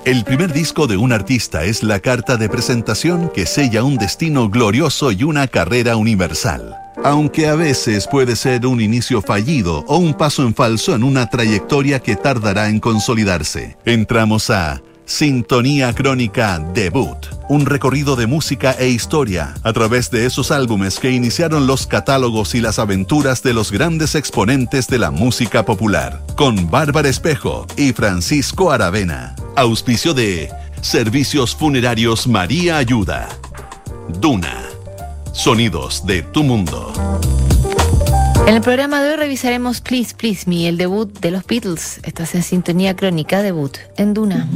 El primer disco de un artista es la carta de presentación que sella un destino glorioso y una carrera universal. Aunque a veces puede ser un inicio fallido o un paso en falso en una trayectoria que tardará en consolidarse. Entramos a Sintonía Crónica Debut, un recorrido de música e historia a través de esos álbumes que iniciaron los catálogos y las aventuras de los grandes exponentes de la música popular, con Bárbara Espejo y Francisco Aravena. Auspicio de Servicios Funerarios María Ayuda. Duna. Sonidos de tu mundo. En el programa de hoy revisaremos Please Please Me, el debut de los Beatles. Estás en Sintonía Crónica Debut en Duna.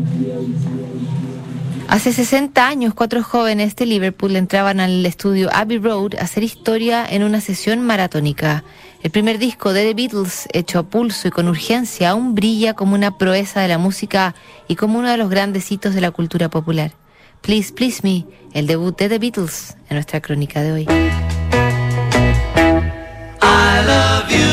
Hace 60 años, 4 jóvenes de Liverpool entraban al estudio Abbey Road a hacer historia en una sesión maratónica. El primer disco de The Beatles, hecho a pulso y con urgencia, aún brilla como una proeza de la música y como uno de los grandes hitos de la cultura popular. Please Please Me, el debut de The Beatles, en nuestra crónica de hoy. I love you,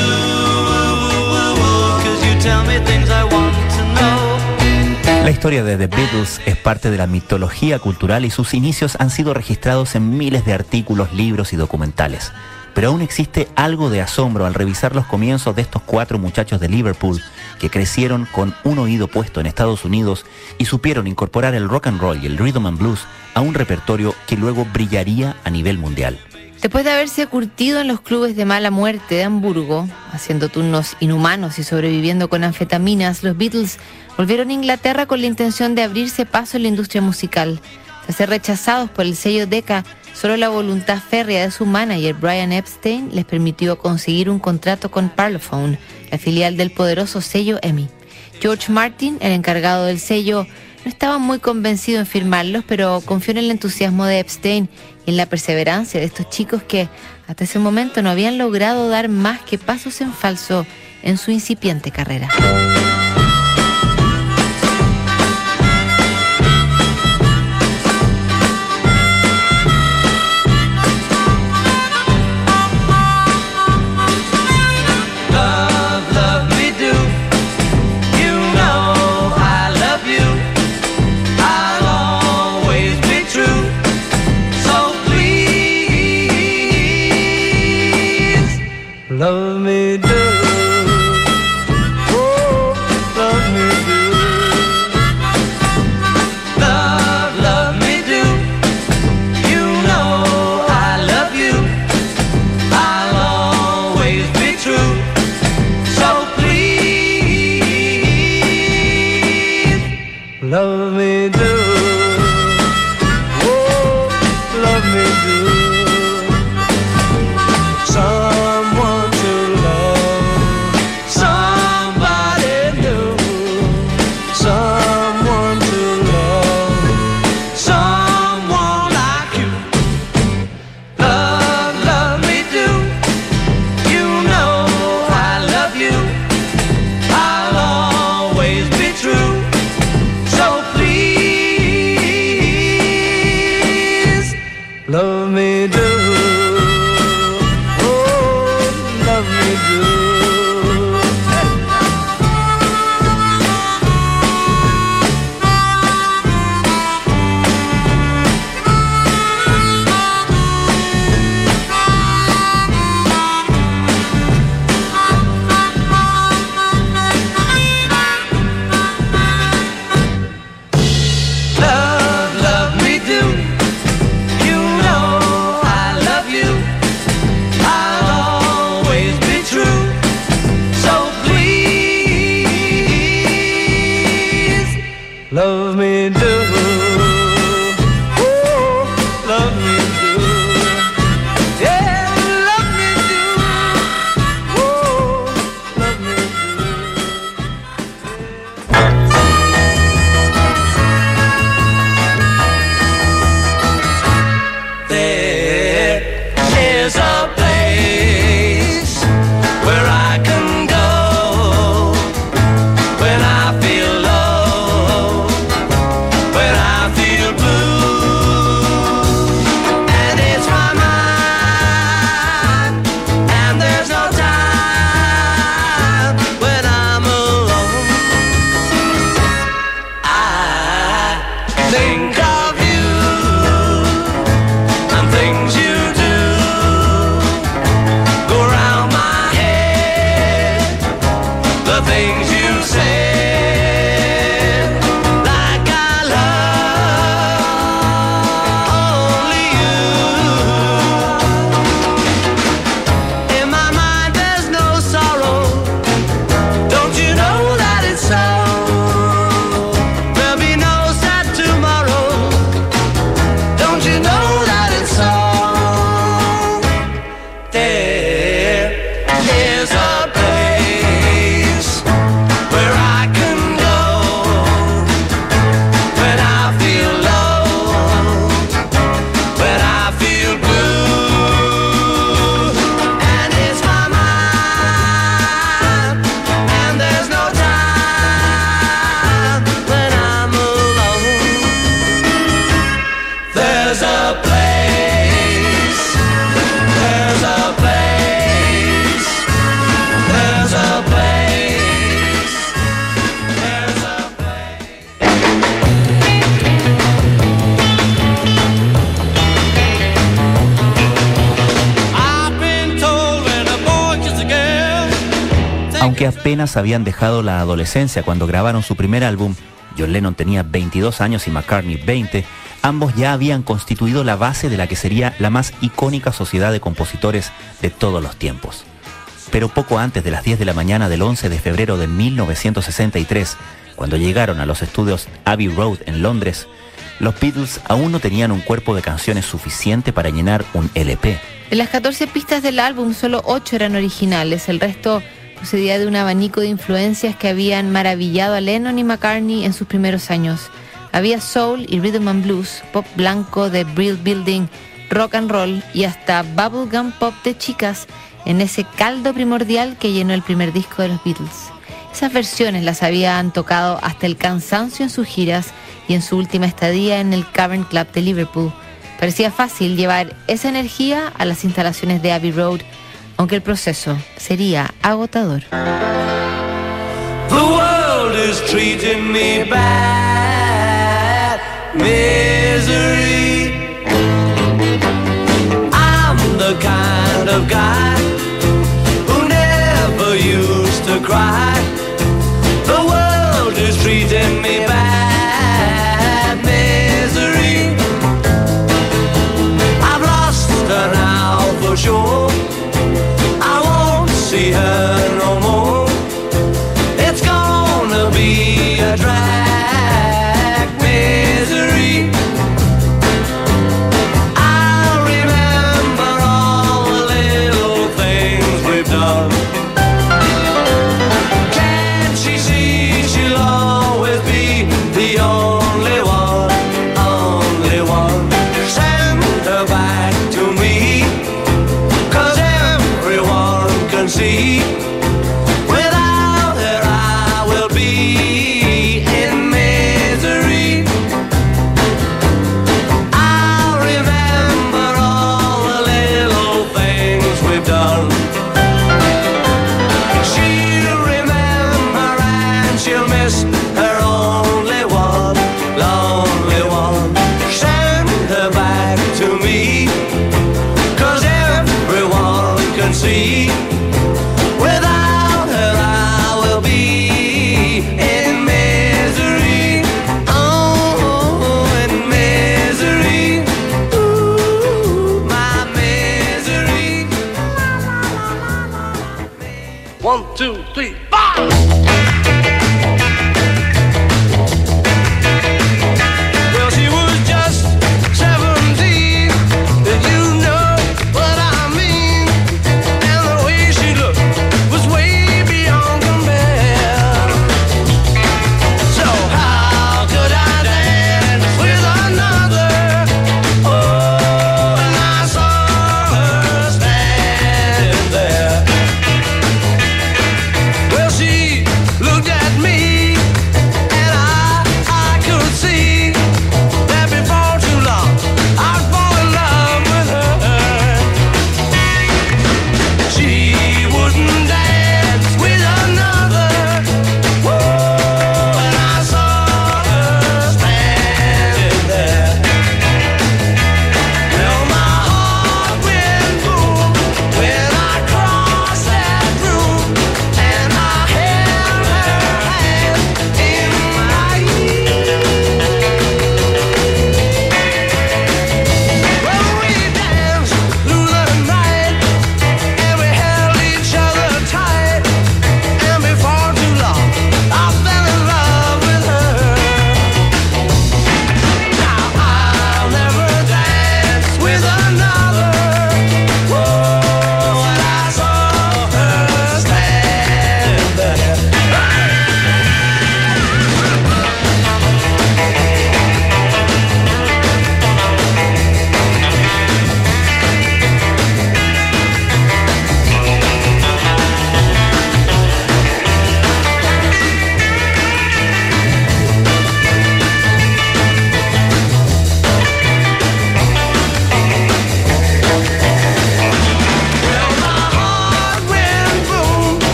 'cause you tell me things I want to know. La historia de The Beatles es parte de la mitología cultural y sus inicios han sido registrados en miles de artículos, libros y documentales. Pero aún existe algo de asombro al revisar los comienzos de estos 4 muchachos de Liverpool que crecieron con un oído puesto en Estados Unidos y supieron incorporar el rock and roll y el rhythm and blues a un repertorio que luego brillaría a nivel mundial. Después de haberse curtido en los clubes de mala muerte de Hamburgo, haciendo turnos inhumanos y sobreviviendo con anfetaminas, los Beatles volvieron a Inglaterra con la intención de abrirse paso en la industria musical. Tras ser rechazados por el sello Decca, solo la voluntad férrea de su manager Brian Epstein les permitió conseguir un contrato con Parlophone, la filial del poderoso sello EMI. George Martin, el encargado del sello, no estaba muy convencido en firmarlos, pero confió en el entusiasmo de Epstein y en la perseverancia de estos chicos que hasta ese momento no habían logrado dar más que pasos en falso en su incipiente carrera. Love me do, oh, love me do. Love me do. You know I love you. I'll always be true. So please, love me do, oh, love me do. Love me do, oh, love me do. Love me do. Love me do, oh, love me do, yeah, love me do, oh, love me do. There is a place where I can go when I feel low. que apenas habían dejado la adolescencia cuando grabaron su primer álbum. John Lennon tenía 22 años y McCartney 20. Ambos ya habían constituido la base de la que sería la más icónica sociedad de compositores de todos los tiempos. Pero poco antes de las 10 de la mañana del 11 de febrero de 1963, cuando llegaron a los estudios Abbey Road en Londres, los Beatles aún no tenían un cuerpo de canciones suficiente para llenar un LP. De las 14 pistas del álbum, solo 8 eran originales. El resto procedía de un abanico de influencias que habían maravillado a Lennon y McCartney en sus primeros años. Había soul y rhythm and blues, pop blanco de Brill Building, rock and roll y hasta bubblegum pop de chicas en ese caldo primordial que llenó el primer disco de los Beatles. Esas versiones las habían tocado hasta el cansancio en sus giras y en su última estadía en el Cavern Club de Liverpool. Parecía fácil llevar esa energía a las instalaciones de Abbey Road, aunque el proceso sería agotador. The world is treating me bad, misery. I'm the kind of guy who never used to cry. The world is treating me bad, misery. I've lost her now for sure. I won't see her no more. It's gonna be a drag, misery. I'll remember all the little things we've done. Can't she see she'll always be the only one, only one? Send her back to me, 'cause everyone can see. Without her I will be in misery. I'll remember all the little things we've done. She'll remember and she'll miss her only one, lonely one. Send her back to me, 'cause everyone can see. Without her I will be in misery. Oh, in misery. Ooh, my misery. 1, 2, 3, 4.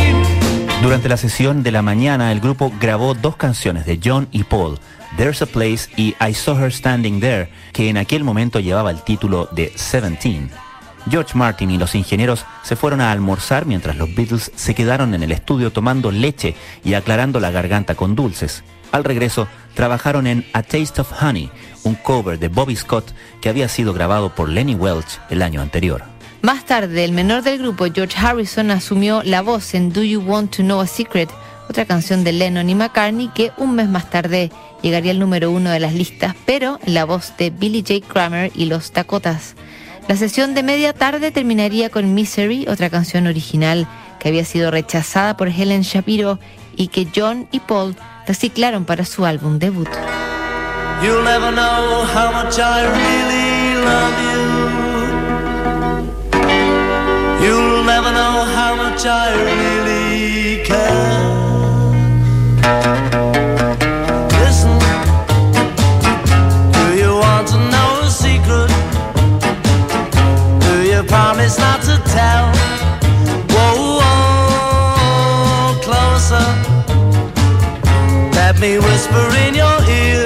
Durante la sesión de la mañana, el grupo grabó 2 canciones de John y Paul, There's a Place y I Saw Her Standing There, que en aquel momento llevaba el título de 17. George Martin y los ingenieros se fueron a almorzar mientras los Beatles se quedaron en el estudio tomando leche y aclarando la garganta con dulces. Al regreso, trabajaron en A Taste of Honey, un cover de Bobby Scott que había sido grabado por Lenny Welch el año anterior. Más tarde, el menor del grupo, George Harrison, asumió la voz en Do You Want to Know a Secret, otra canción de Lennon y McCartney que un mes más tarde llegaría al número 1 de las listas, pero en la voz de Billy J. Kramer y los Dakotas. La sesión de media tarde terminaría con Misery, otra canción original que había sido rechazada por Helen Shapiro y que John y Paul reciclaron para su álbum debut. You'll never know how much I really love you. You'll never know how much I really care. Listen, do you want to know a secret? Do you promise not to tell? Whoa, whoa, closer. Let me whisper in your ear.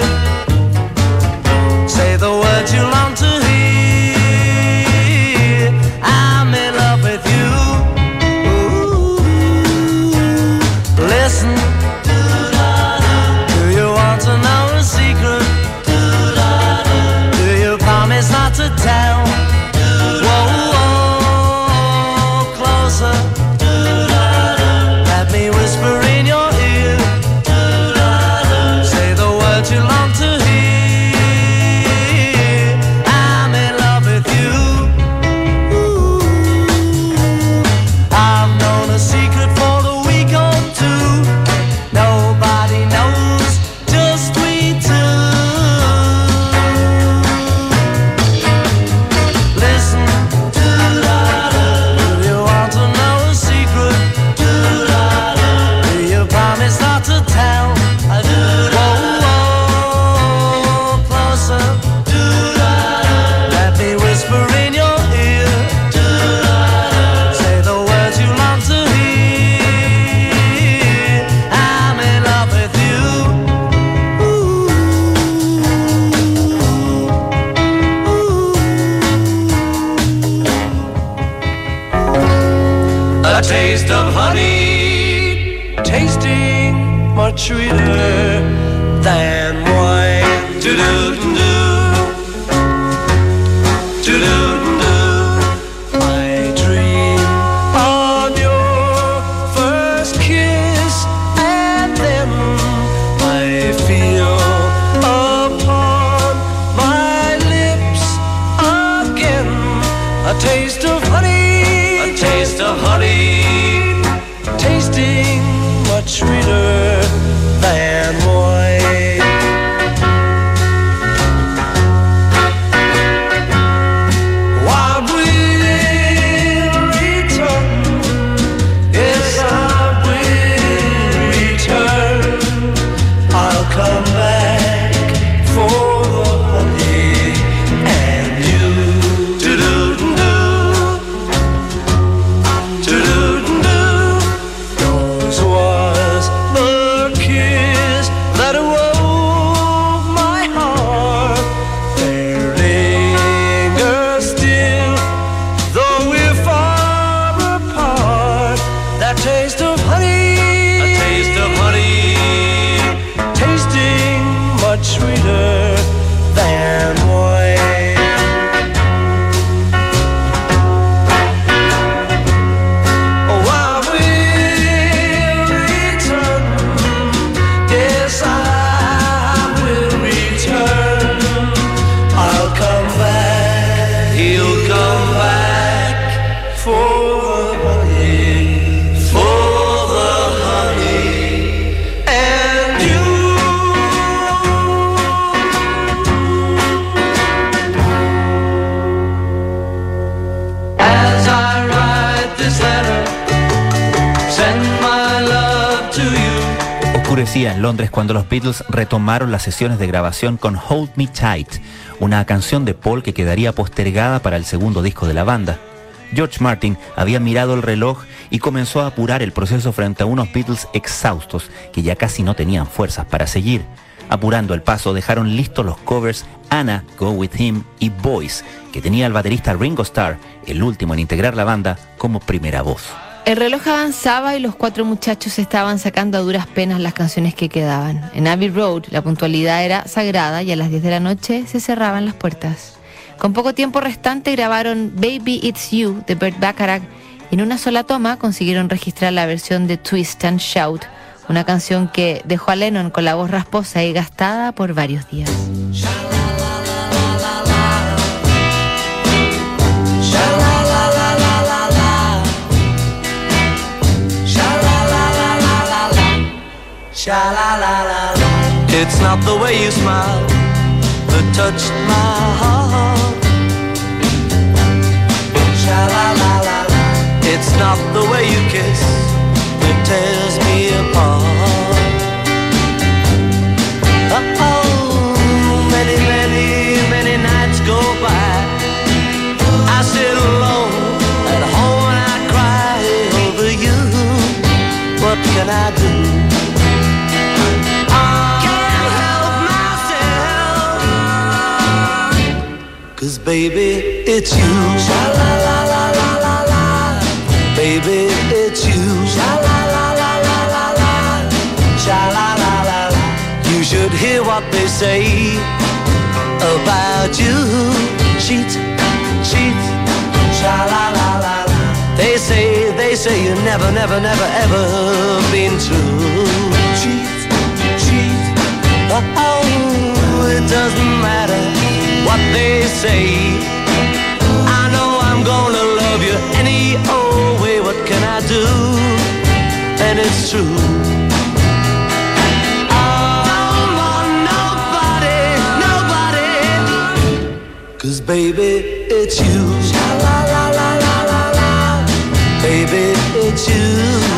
Say the words you long to hear. I'm in love with you. Ooh. Listen. Do you want to know a secret? Do you promise not to tell? Whoa, whoa, closer. Let me whisper in your ear. Say the words you long to hear. I'm in love with you. Ooh. I've known a secret for a week or two. Nobody knows, just we two. Listen, do you want to know a secret? Do you promise not to tell? Whoa, whoa, closer. Let me whisper in your ear. Say the words you long to hear. I'm in love with you. Ooh. A taste of honey, tasting much sweeter than wine. Do-do-do-do. Do-do-do. I dream on your first kiss, and then I feel upon my lips again a taste of honey, a taste of honey, tasting much sweeter than wine. Why will return? Yes, I will return. I'll come back for the honey and you. Do-do-do. Do-do-do. Yours was the kiss that awoke my heart. There lingers still, though we're far apart, that taste of honey, a taste of honey, tasting much sweeter than wine. Oh, I will return. Yes, I will return. I'll come back. He'll come back for the honey and you. As I write this letter, send my love to you. Oscurecía en Londres cuando los Beatles retomaron las sesiones de grabación con Hold Me Tight, una canción de Paul que quedaría postergada para el segundo disco de la banda. George Martin había mirado el reloj y comenzó a apurar el proceso frente a unos Beatles exhaustos que ya casi no tenían fuerzas para seguir. Apurando el paso, dejaron listos los covers Anna, Go With Him y Boys, que tenía el baterista Ringo Starr, el último en integrar la banda, como primera voz. El reloj avanzaba y los 4 muchachos estaban sacando a duras penas las canciones que quedaban. En Abbey Road la puntualidad era sagrada y a las 10 de la noche se cerraban las puertas. Con poco tiempo restante grabaron Baby It's You de Burt Bacharach y en una sola toma consiguieron registrar la versión de Twist and Shout, una canción que dejó a Lennon con la voz rasposa y gastada por varios días. It's not the way you smile that touched my heart. Sha-la-la-la-la. It's not the way you kiss that tears me apart. Oh, many, many, many nights go by. I sit alone at home and I cry over you. What can I do? 'Cause baby, it's you. Sha-la-la-la-la-la-la. Baby, it's you. Sha-la-la-la-la-la-la. Sha-la-la-la-la. You should hear what they say about you. Cheat, cheat. Sha-la-la-la-la. They say you never, never, never, ever been true. Cheat, cheat. Oh, it doesn't matter what they say. I know I'm gonna love you any old way. What can I do? And it's true. I don't want nobody, nobody. 'Cause baby, it's you. Sha-la-la-la-la-la-la. Baby, it's you.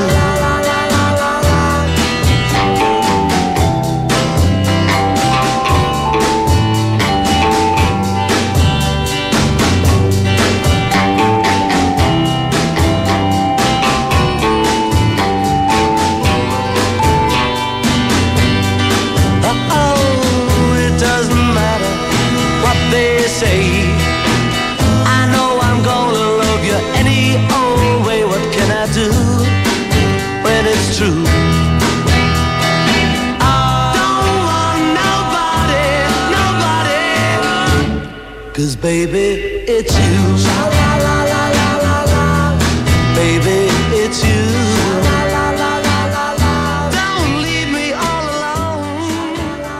Baby, it's you. Sha-la-la-la-la-la-la. Baby, it's you. Sha-la-la-la-la-la-la. Don't leave me all alone.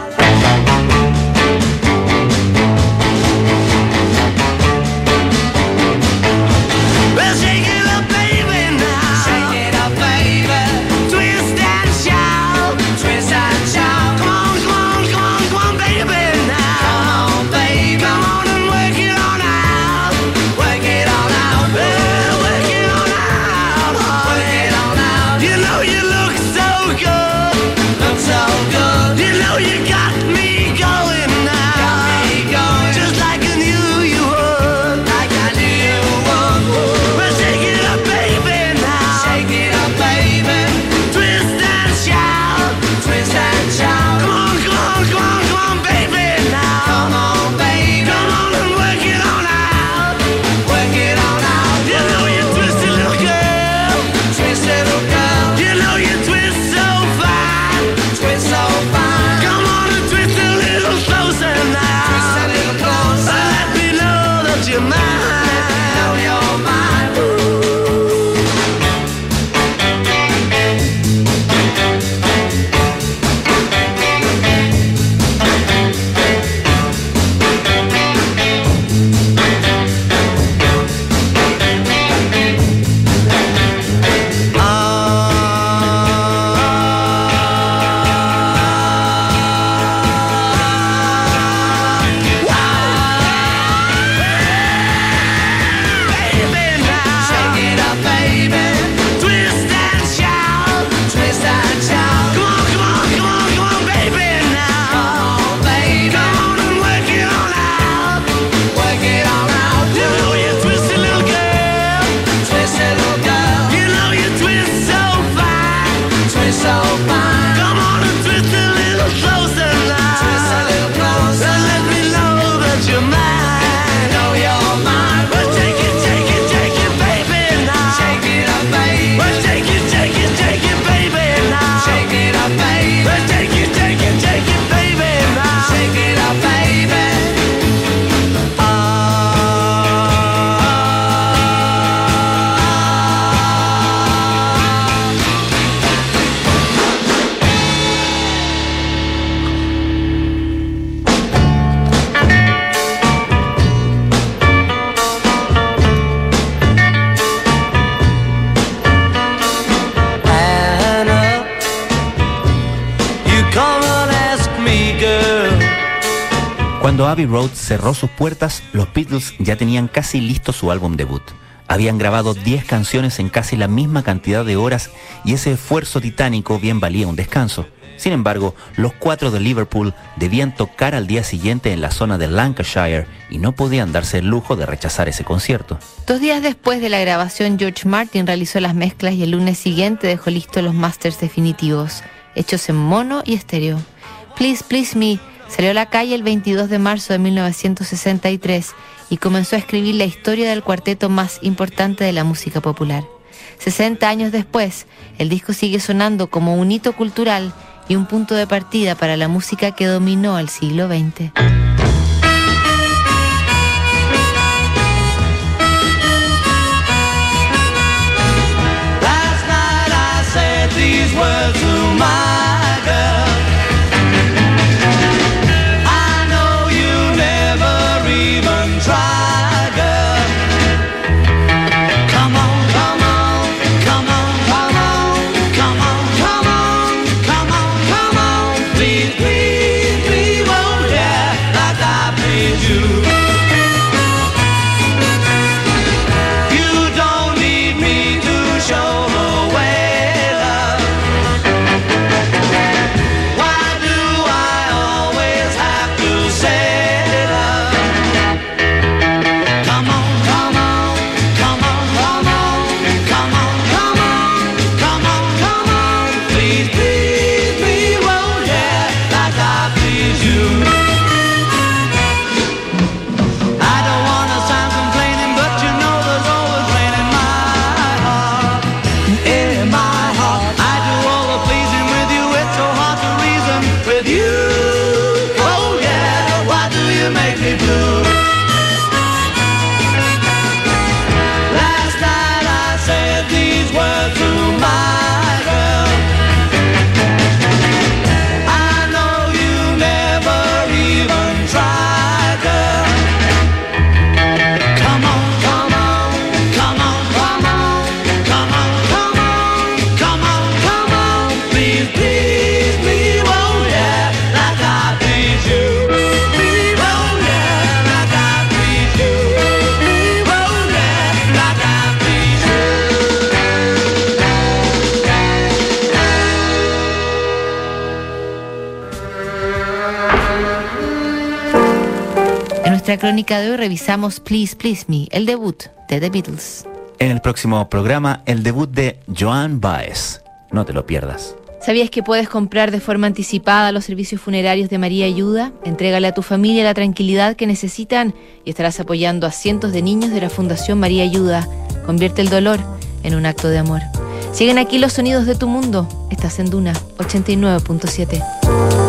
Well, shake it up, baby, now. Shake it up, baby. Twist and shout. Twist and shout. Come on, come on, come on, come on, baby, now. Come on, baby. Come on. Work it Cuando Abbey Road cerró sus puertas, los Beatles ya tenían casi listo su álbum debut. Habían grabado 10 canciones en casi la misma cantidad de horas y ese esfuerzo titánico bien valía un descanso. Sin embargo, los 4 de Liverpool debían tocar al día siguiente en la zona de Lancashire y no podían darse el lujo de rechazar ese concierto. 2 días después de la grabación, George Martin realizó las mezclas y el lunes siguiente dejó listos los masters definitivos, hechos en mono y estéreo. Please Please Me salió a la calle el 22 de marzo de 1963 y comenzó a escribir la historia del cuarteto más importante de la música popular. 60 años después, el disco sigue sonando como un hito cultural y un punto de partida para la música que dominó al siglo XX. Last night I said these words to my girl. I know you never even tried, girl. Come on, come on, come on, come on, come on, come on, come on, come on. Please, please, please, won't yeah, like I please you. You don't need me to show the way, love. Why do I always have to say love? Come on, come on, come on, come on, come on, come on, come on, come on. Please, please, please, won't yeah, like I please you. I don't wanna sound complaining, but you know there's always rain in my heart. In my heart, I do all the pleasing with you. It's so hard to reason with you. Oh yeah, why do you make me blue? Last night I said these words to my girl. I know you never even tried, girl. Come on, come on, come on, come on, come on, come on, come on, come on. Please, please, please, oh yeah, like I please you. Please, oh yeah, like I please you. Please, oh yeah, like I please you. En nuestra crónica de hoy revisamos Please Please Me, el debut de The Beatles. En el próximo programa, el debut de Joan Baez. No te lo pierdas. ¿Sabías que puedes comprar de forma anticipada los servicios funerarios de María Ayuda? Entrégale a tu familia la tranquilidad que necesitan y estarás apoyando a cientos de niños de la Fundación María Ayuda. Convierte el dolor en un acto de amor. Siguen aquí los sonidos de tu mundo. Estás en Duna 89.7.